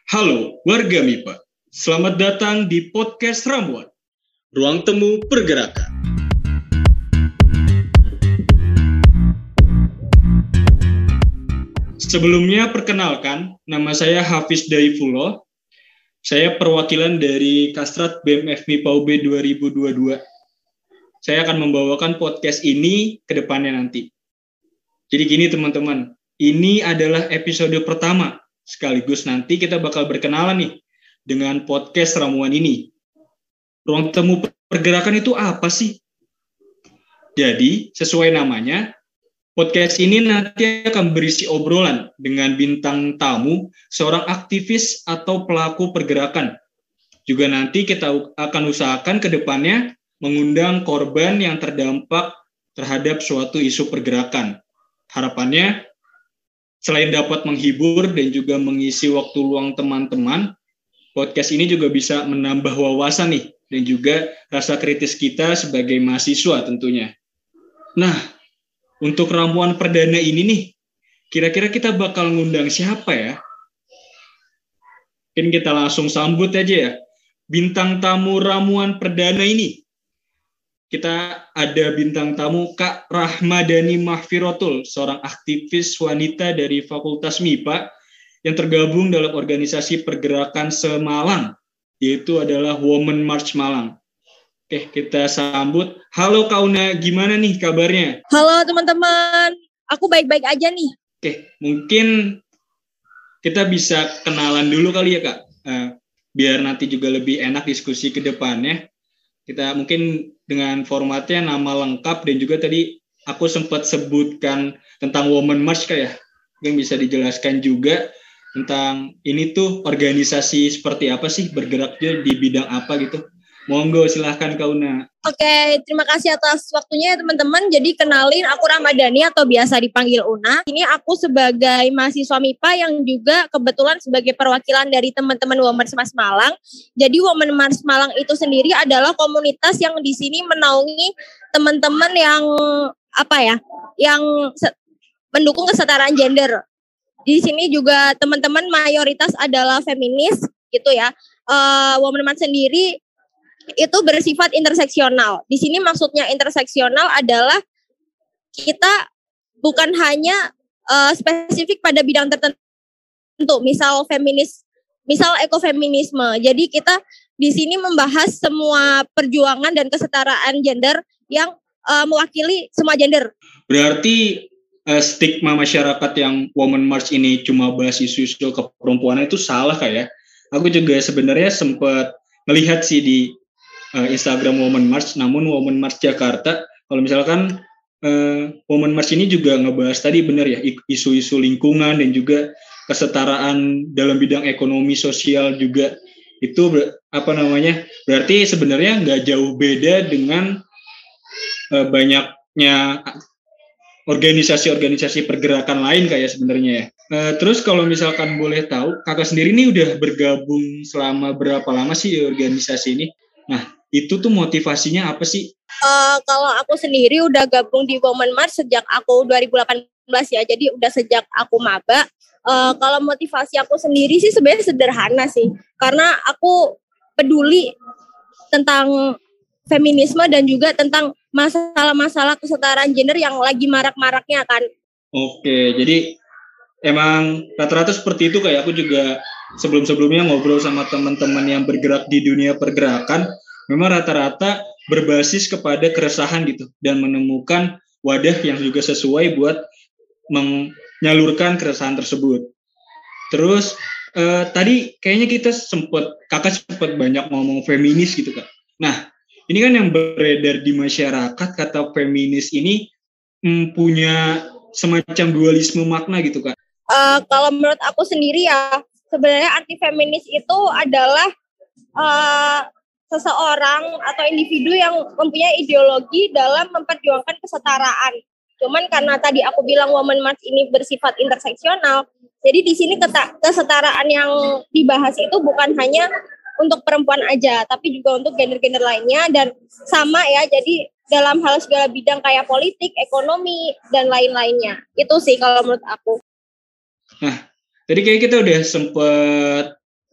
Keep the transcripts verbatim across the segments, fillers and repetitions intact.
Halo warga M I P A, selamat datang di podcast Ramuan, ruang temu pergerakan. Sebelumnya perkenalkan, nama saya Hafiz Daifullah. Saya perwakilan dari Kastrat B M F M I P A U B dua ribu dua puluh dua. Saya akan membawakan podcast ini ke depannya nanti. Jadi gini teman-teman, ini adalah episode pertama. Sekaligus nanti kita bakal berkenalan nih dengan podcast Ramuan ini. Ruang temu pergerakan itu apa sih? Jadi, sesuai namanya, podcast ini nanti akan berisi obrolan dengan bintang tamu, seorang aktivis atau pelaku pergerakan. Juga nanti kita akan usahakan ke depannya mengundang korban yang terdampak terhadap suatu isu pergerakan. Harapannya, selain dapat menghibur dan juga mengisi waktu luang teman-teman, podcast ini juga bisa menambah wawasan nih, dan juga rasa kritis kita sebagai mahasiswa tentunya. Nah, untuk ramuan perdana ini nih, kira-kira kita bakal ngundang siapa ya? Mungkin kita langsung sambut aja ya, bintang tamu ramuan perdana ini. Kita ada bintang tamu Kak Rahmadani Mahfirotul, seorang aktivis wanita dari Fakultas M I P A yang tergabung dalam organisasi pergerakan Semalang, yaitu adalah Women March Malang. Oke, kita sambut. Halo Kak Una, gimana nih kabarnya? Halo teman-teman, aku baik-baik aja nih. Oke, mungkin kita bisa kenalan dulu kali ya Kak, uh, biar nanti juga lebih enak diskusi ke depannya. Kita mungkin dengan formatnya nama lengkap dan juga tadi aku sempat sebutkan tentang Women March kayak, mungkin bisa dijelaskan juga tentang ini tuh organisasi seperti apa sih, bergeraknya di bidang apa gitu. Monggo silahkan Kak Una. Oke, terima kasih atas waktunya ya teman-teman. Jadi kenalin, aku Rahmadani atau biasa dipanggil Una. Ini aku sebagai mahasiswa M I P A yang juga kebetulan sebagai perwakilan dari teman-teman Women March Malang. Jadi Women March Malang itu sendiri adalah komunitas yang di sini menaungi teman-teman yang apa ya, yang se- mendukung kesetaraan gender. Di sini juga teman-teman mayoritas adalah feminis gitu ya. Uh, Women March sendiri itu bersifat interseksional. Di sini maksudnya interseksional adalah kita bukan hanya uh, spesifik pada bidang tertentu, misal feminis, misal ekofeminisme. Jadi kita di sini membahas semua perjuangan dan kesetaraan gender yang uh, mewakili semua gender. Berarti uh, stigma masyarakat yang Women March ini cuma bahas isu-isu keperempuanan itu salah kayak. Aku juga sebenarnya sempat melihat sih di Instagram Women March, namun Women March Jakarta, kalau misalkan uh, Women March ini juga ngebahas tadi benar ya, isu-isu lingkungan dan juga kesetaraan dalam bidang ekonomi sosial juga. Itu ber, apa namanya, berarti sebenarnya nggak jauh beda dengan uh, banyaknya organisasi-organisasi pergerakan lain kayak sebenarnya ya. Uh, terus kalau misalkan boleh tahu, kakak sendiri ini udah bergabung selama berapa lama sih di organisasi ini? Nah, itu tuh motivasinya apa sih? Uh, kalau aku sendiri udah gabung di Women March sejak aku dua ribu delapan belas ya, jadi udah sejak aku maba. Uh, kalau motivasi aku sendiri sih sebenarnya sederhana sih, karena aku peduli tentang feminisme dan juga tentang masalah-masalah kesetaraan gender yang lagi marak-maraknya kan. Oke, jadi emang rata-rata seperti itu kayak aku juga sebelum-sebelumnya ngobrol sama teman-teman yang bergerak di dunia pergerakan, memang rata-rata berbasis kepada keresahan gitu dan menemukan wadah yang juga sesuai buat menyalurkan keresahan tersebut. Terus eh, tadi kayaknya kita sempat kakak sempat banyak ngomong feminis gitu Kak. Nah, ini kan yang beredar di masyarakat kata feminis ini mm, punya semacam dualisme makna gitu Kak. Uh, kalau menurut aku sendiri ya, sebenarnya arti feminis itu adalah uh, seseorang atau individu yang mempunyai ideologi dalam memperjuangkan kesetaraan. Cuman karena tadi aku bilang Women March ini bersifat interseksional, jadi di sini kesetaraan yang dibahas itu bukan hanya untuk perempuan aja, tapi juga untuk gender-gender lainnya dan sama ya. Jadi dalam hal segala bidang kayak politik, ekonomi dan lain-lainnya. Itu sih kalau menurut aku. Nah, tadi kayak kita udah sempet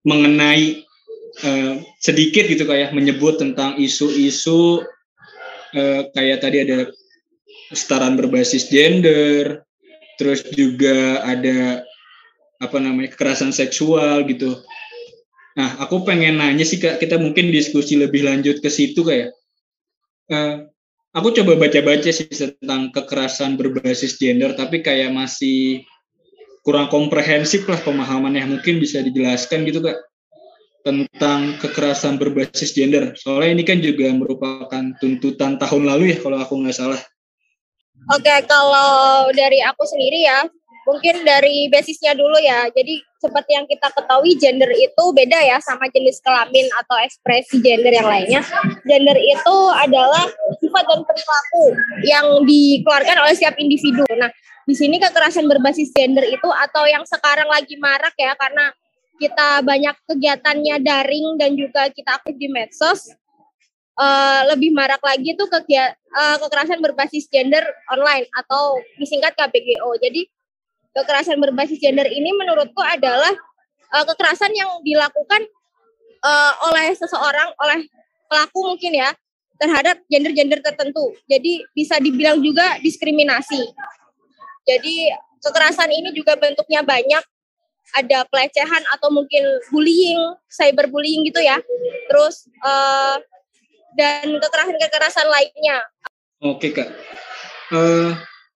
mengenai uh, sedikit gitu kayak menyebut tentang isu-isu uh, kayak tadi ada kesetaraan berbasis gender, terus juga ada apa namanya kekerasan seksual gitu. Nah, aku pengen nanya sih Kak, kita mungkin diskusi lebih lanjut ke situ kayak. Uh, aku coba baca-baca sih tentang kekerasan berbasis gender, tapi kayak masih kurang komprehensif lah pemahamannya. Mungkin bisa dijelaskan gitu Kak tentang kekerasan berbasis gender. Soalnya ini kan juga merupakan tuntutan tahun lalu ya kalau aku nggak salah. Oke, kalau dari aku sendiri ya, mungkin dari basisnya dulu ya. Jadi seperti yang kita ketahui gender itu beda ya sama jenis kelamin atau ekspresi gender yang lainnya. Gender itu adalah sifat dan perilaku yang dikeluarkan oleh setiap individu. Nah, di sini kekerasan berbasis gender itu atau yang sekarang lagi marak ya karena kita banyak kegiatannya daring dan juga kita aktif di medsos. Uh, lebih marak lagi tuh kegiatan uh, kekerasan berbasis gender online atau disingkat K B G O. Jadi kekerasan berbasis gender ini menurutku adalah uh, kekerasan yang dilakukan uh, oleh seseorang, oleh pelaku mungkin ya, terhadap gender-gender tertentu. Jadi bisa dibilang juga diskriminasi. Jadi kekerasan ini juga bentuknya banyak. Ada pelecehan atau mungkin bullying, cyberbullying gitu ya. Terus uh, dan kekerasan-kekerasan lainnya. Oke Kak. Uh,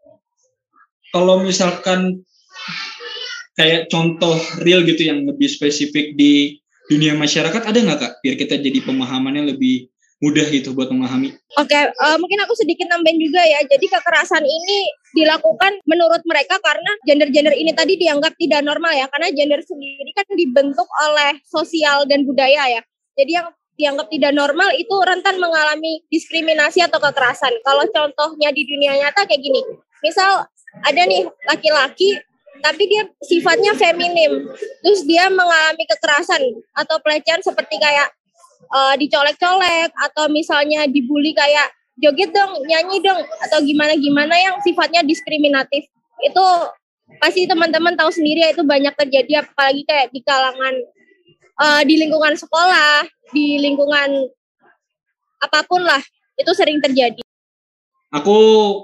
kalau misalkan kayak contoh real gitu yang lebih spesifik di dunia masyarakat ada nggak Kak? Biar kita jadi pemahamannya lebih mudah gitu buat memahami. Oke, uh, mungkin aku sedikit nambahin juga ya. Jadi kekerasan ini dilakukan menurut mereka karena gender-gender ini tadi dianggap tidak normal ya. Karena gender sendiri kan dibentuk oleh sosial dan budaya ya. Jadi yang dianggap tidak normal itu rentan mengalami diskriminasi atau kekerasan. Kalau contohnya di dunia nyata kayak gini. Misal ada nih laki-laki tapi dia sifatnya feminim. Terus dia mengalami kekerasan atau pelecehan seperti kayak Uh, dicolek-colek atau misalnya dibully kayak joget dong, nyanyi dong atau gimana-gimana yang sifatnya diskriminatif. Itu pasti teman-teman tahu sendiri ya, itu banyak terjadi apalagi kayak di kalangan uh, di lingkungan sekolah, di lingkungan apapun lah, itu sering terjadi. Aku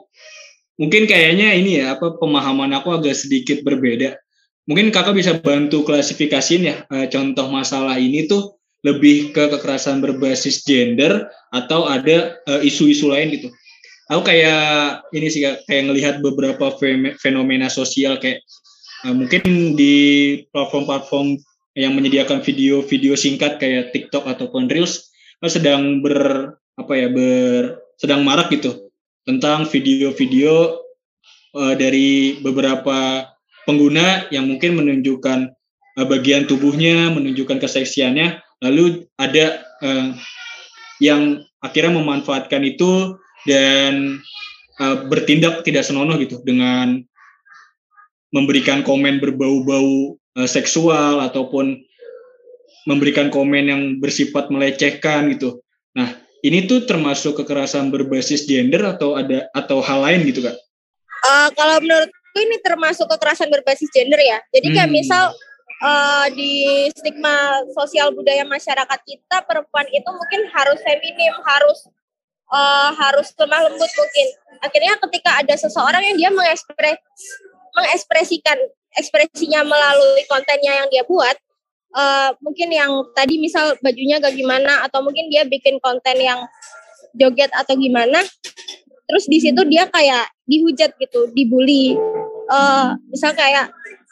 mungkin kayaknya ini ya, apa pemahaman aku agak sedikit berbeda. Mungkin Kakak bisa bantu klasifikasiin ya, uh, contoh masalah ini tuh lebih ke kekerasan berbasis gender atau ada uh, isu-isu lain gitu. Aku kayak ini sih kayak ngelihat beberapa fenomena sosial kayak uh, mungkin di platform-platform yang menyediakan video-video singkat kayak TikTok ataupun Reels sedang ber apa ya ber sedang marak gitu tentang video-video uh, dari beberapa pengguna yang mungkin menunjukkan uh, bagian tubuhnya, menunjukkan keseksiannya. Lalu ada uh, yang akhirnya memanfaatkan itu dan uh, bertindak tidak senonoh gitu dengan memberikan komen berbau-bau uh, seksual ataupun memberikan komen yang bersifat melecehkan gitu. Nah, ini tuh termasuk kekerasan berbasis gender atau ada atau hal lain gitu Kak? Uh, kalau menurutku ini termasuk kekerasan berbasis gender ya. Jadi kayak hmm. misal Uh, di stigma sosial budaya masyarakat kita perempuan itu mungkin harus feminim, harus uh, harus lemah lembut mungkin. Akhirnya ketika ada seseorang yang dia mengekspres, mengekspresikan ekspresinya melalui kontennya yang dia buat, uh, mungkin yang tadi misal bajunya gak gimana atau mungkin dia bikin konten yang joget atau gimana, terus di situ dia kayak dihujat gitu, dibully. Uh, misal kayak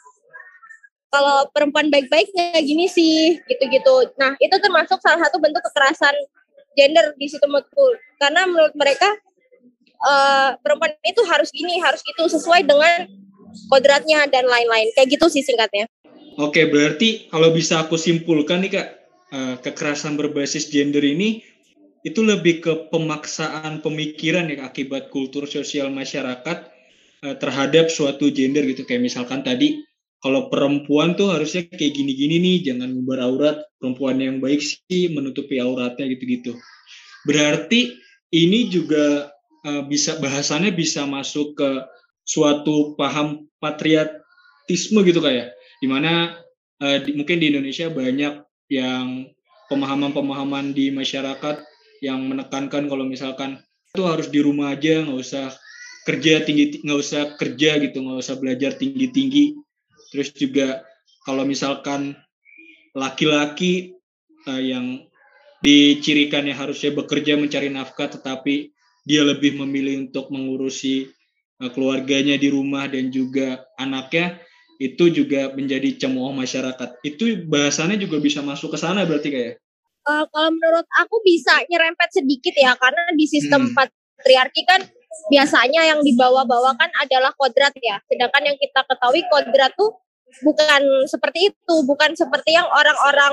kalau perempuan baik-baik kayak gini sih, gitu-gitu. Nah, itu termasuk salah satu bentuk kekerasan gender di situ menurutku. Karena menurut mereka uh, perempuan itu harus gini, harus gitu, sesuai dengan kodratnya dan lain-lain. Kayak gitu sih singkatnya. Oke, berarti kalau bisa aku simpulkan nih Kak, uh, kekerasan berbasis gender ini itu lebih ke pemaksaan pemikiran ya akibat kultur sosial masyarakat uh, terhadap suatu gender gitu. Kayak misalkan tadi, kalau perempuan tuh harusnya kayak gini-gini nih, jangan ngumbar aurat. Perempuan yang baik sih menutupi auratnya gitu-gitu. Berarti ini juga uh, bisa bahasannya bisa masuk ke suatu paham patriotisme gitu kayak, dimana uh, di, mungkin di Indonesia banyak yang pemahaman-pemahaman di masyarakat yang menekankan kalau misalkan itu harus di rumah aja, nggak usah kerja tinggi, nggak usah kerja gitu, nggak usah belajar tinggi-tinggi. Terus juga kalau misalkan laki-laki uh, yang dicirikannya harusnya bekerja mencari nafkah, tetapi dia lebih memilih untuk mengurusi uh, keluarganya di rumah dan juga anaknya, itu juga menjadi cemooh masyarakat. Itu bahasannya juga bisa masuk ke sana berarti kayak? Uh, kalau menurut aku bisa nyerempet sedikit ya, karena di sistem hmm. patriarki kan biasanya yang dibawa-bawakan adalah kodrat ya. Sedangkan yang kita ketahui kodrat tuh bukan seperti itu, bukan seperti yang orang-orang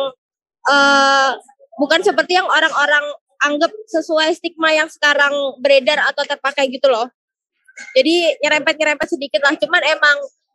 uh, bukan seperti yang orang-orang anggap sesuai stigma yang sekarang beredar atau terpakai gitu loh. Jadi nyerempet-nyerempet sedikit lah. Cuman emang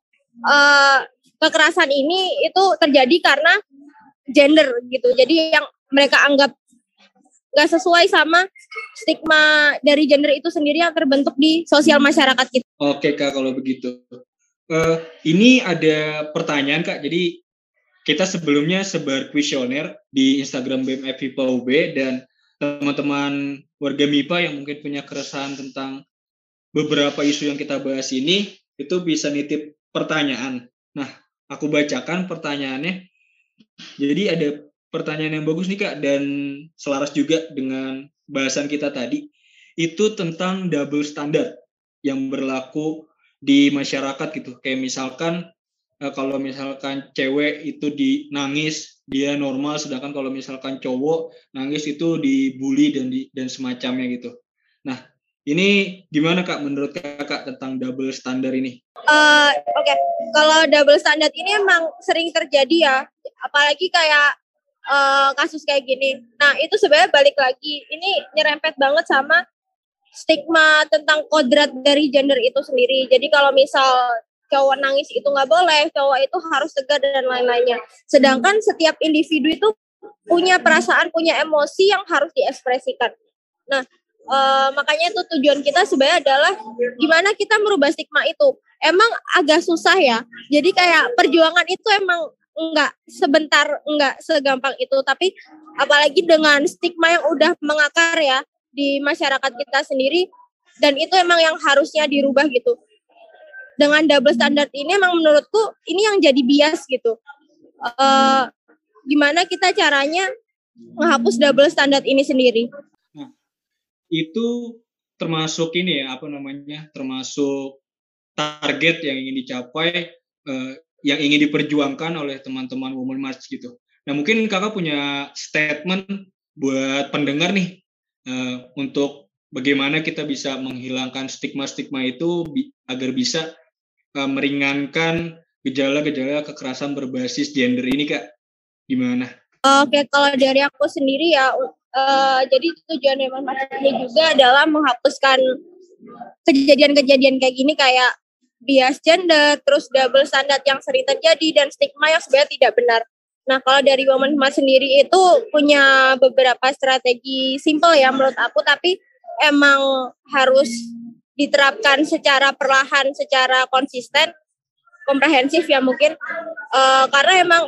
uh, kekerasan ini itu terjadi karena gender gitu. Jadi yang mereka anggap nggak sesuai sama stigma dari gender itu sendiri yang terbentuk di sosial masyarakat kita. Oke Kak, kalau begitu. Uh, ini ada pertanyaan Kak. Jadi kita sebelumnya sebar kuesioner di Instagram B M F M I P A U B, dan teman-teman warga M I P A yang mungkin punya keresahan tentang beberapa isu yang kita bahas ini, itu bisa nitip pertanyaan. Nah, aku bacakan pertanyaannya. Jadi ada pertanyaan yang bagus nih Kak, dan selaras juga dengan bahasan kita tadi. Itu tentang double standard yang berlaku di masyarakat gitu. Kayak misalkan kalau misalkan cewek itu dinangis dia normal, sedangkan kalau misalkan cowok nangis itu dibully dan di, dan semacamnya gitu. Nah, ini gimana Kak menurut Kakak tentang double standar ini? Uh, Oke, okay. Kalau double standard ini emang sering terjadi ya, apalagi kayak uh, kasus kayak gini. Nah, itu sebenarnya balik lagi, ini nyerempet banget sama stigma tentang kodrat dari gender itu sendiri. Jadi kalau misal cowok nangis itu nggak boleh, cowok itu harus tegar dan lain-lainnya. Sedangkan setiap individu itu punya perasaan, punya emosi yang harus diekspresikan. Nah, e, makanya itu tujuan kita sebenarnya adalah gimana kita merubah stigma itu. Emang agak susah ya. Jadi kayak perjuangan itu emang nggak sebentar, nggak segampang itu. Tapi apalagi dengan stigma yang udah mengakar ya di masyarakat kita sendiri, dan itu emang yang harusnya dirubah gitu. Dengan double standard ini emang menurutku ini yang jadi bias gitu. Uh, gimana kita caranya menghapus double standard ini sendiri? Nah, itu termasuk ini ya, apa namanya, termasuk target yang ingin dicapai, uh, yang ingin diperjuangkan oleh teman-teman Women March gitu. Nah, mungkin Kakak punya statement buat pendengar nih, uh, untuk bagaimana kita bisa menghilangkan stigma-stigma itu bi- agar bisa meringankan gejala-gejala kekerasan berbasis gender ini Kak, gimana? Oke, kalau dari aku sendiri ya, uh, jadi tujuan Women March ini juga adalah menghapuskan kejadian-kejadian kayak gini, kayak bias gender, terus double standard yang sering terjadi, dan stigma yang sebenarnya tidak benar. Nah, kalau dari Women March sendiri itu punya beberapa strategi simple ya menurut aku, tapi emang harus diterapkan secara perlahan, secara konsisten, komprehensif ya mungkin, uh, karena emang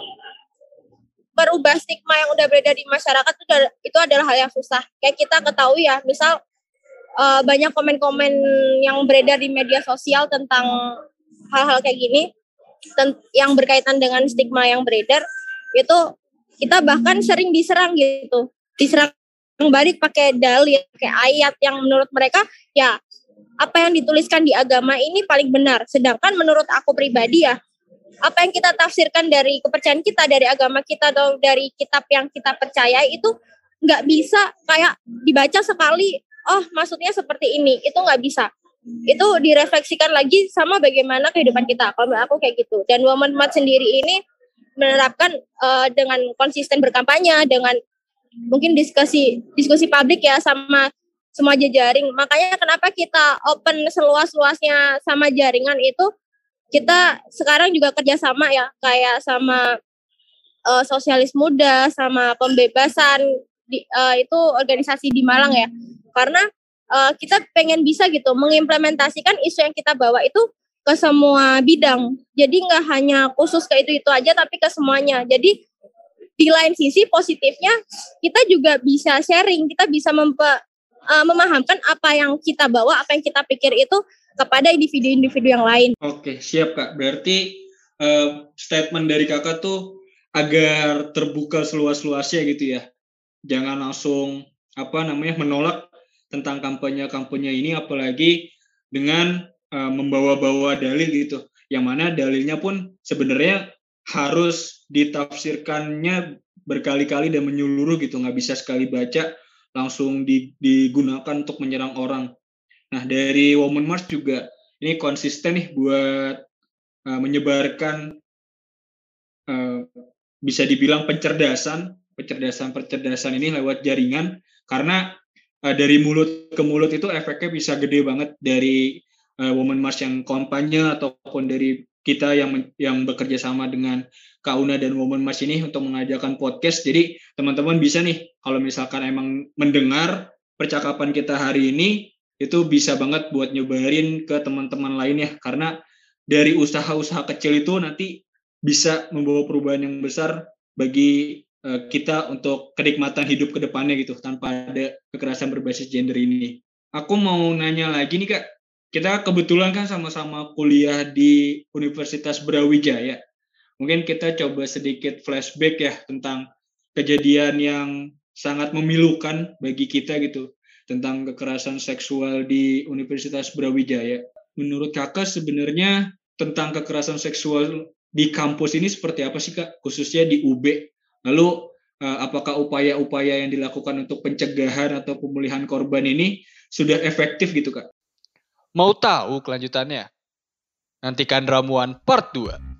merubah stigma yang udah beredar di masyarakat itu, itu adalah hal yang susah. Kayak kita ketahui ya, misal uh, banyak komen-komen yang beredar di media sosial tentang hal-hal kayak gini, ten- yang berkaitan dengan stigma yang beredar, itu kita bahkan sering diserang gitu, diserang balik pakai dalil, kayak ayat yang menurut mereka ya apa yang dituliskan di agama ini paling benar. Sedangkan menurut aku pribadi ya, apa yang kita tafsirkan dari kepercayaan kita, dari agama kita, atau dari kitab yang kita percaya itu nggak bisa kayak dibaca sekali, oh maksudnya seperti ini, itu nggak bisa. Itu direfleksikan lagi sama bagaimana kehidupan kita. Kalau menurut aku kayak gitu. Dan Women March sendiri ini menerapkan uh, dengan konsisten berkampanye, dengan mungkin diskusi diskusi publik ya sama semua jejaring. Makanya kenapa kita open seluas-luasnya sama jaringan itu, kita sekarang juga kerjasama ya, kayak sama uh, Sosialis Muda, sama Pembebasan, di, uh, itu organisasi di Malang ya. Karena uh, kita pengen bisa gitu mengimplementasikan isu yang kita bawa itu ke semua bidang. Jadi nggak hanya khusus ke itu-itu aja, tapi ke semuanya. Jadi di lain sisi positifnya kita juga bisa sharing, kita bisa mempe, uh, memahamkan apa yang kita bawa, apa yang kita pikir itu kepada individu-individu yang lain. Oke, siap Kak. Berarti uh, statement dari Kakak tuh agar terbuka seluas-luasnya gitu ya. Jangan langsung apa namanya menolak tentang kampanye-kampanye ini, apalagi dengan uh, membawa-bawa dalil gitu. Yang mana dalilnya pun sebenarnya harus ditafsirkannya berkali-kali dan menyeluruh gitu, nggak bisa sekali baca langsung digunakan untuk menyerang orang. Nah, dari Women March juga ini konsisten nih buat uh, menyebarkan uh, bisa dibilang pencerdasan, pencerdasan-pencerdasan ini lewat jaringan, karena uh, dari mulut ke mulut itu efeknya bisa gede banget dari uh, Women March yang kampanye ataupun dari kita yang yang bekerja sama dengan Kauna dan Women March ini untuk mengajarkan podcast. Jadi teman-teman bisa nih kalau misalkan emang mendengar percakapan kita hari ini itu bisa banget buat nyebarin ke teman-teman lainnya, karena dari usaha-usaha kecil itu nanti bisa membawa perubahan yang besar bagi uh, kita untuk kenikmatan hidup ke depannya gitu tanpa ada kekerasan berbasis gender ini. Aku mau nanya lagi nih Kak. Kita kebetulan kan sama-sama kuliah di Universitas Brawijaya. Mungkin kita coba sedikit flashback ya tentang kejadian yang sangat memilukan bagi kita gitu, tentang kekerasan seksual di Universitas Brawijaya. Menurut Kakak sebenarnya tentang kekerasan seksual di kampus ini seperti apa sih Kak, khususnya di U B? Lalu apakah upaya-upaya yang dilakukan untuk pencegahan atau pemulihan korban ini sudah efektif gitu Kak? Mau tahu kelanjutannya? Nantikan Ramuan Part dua.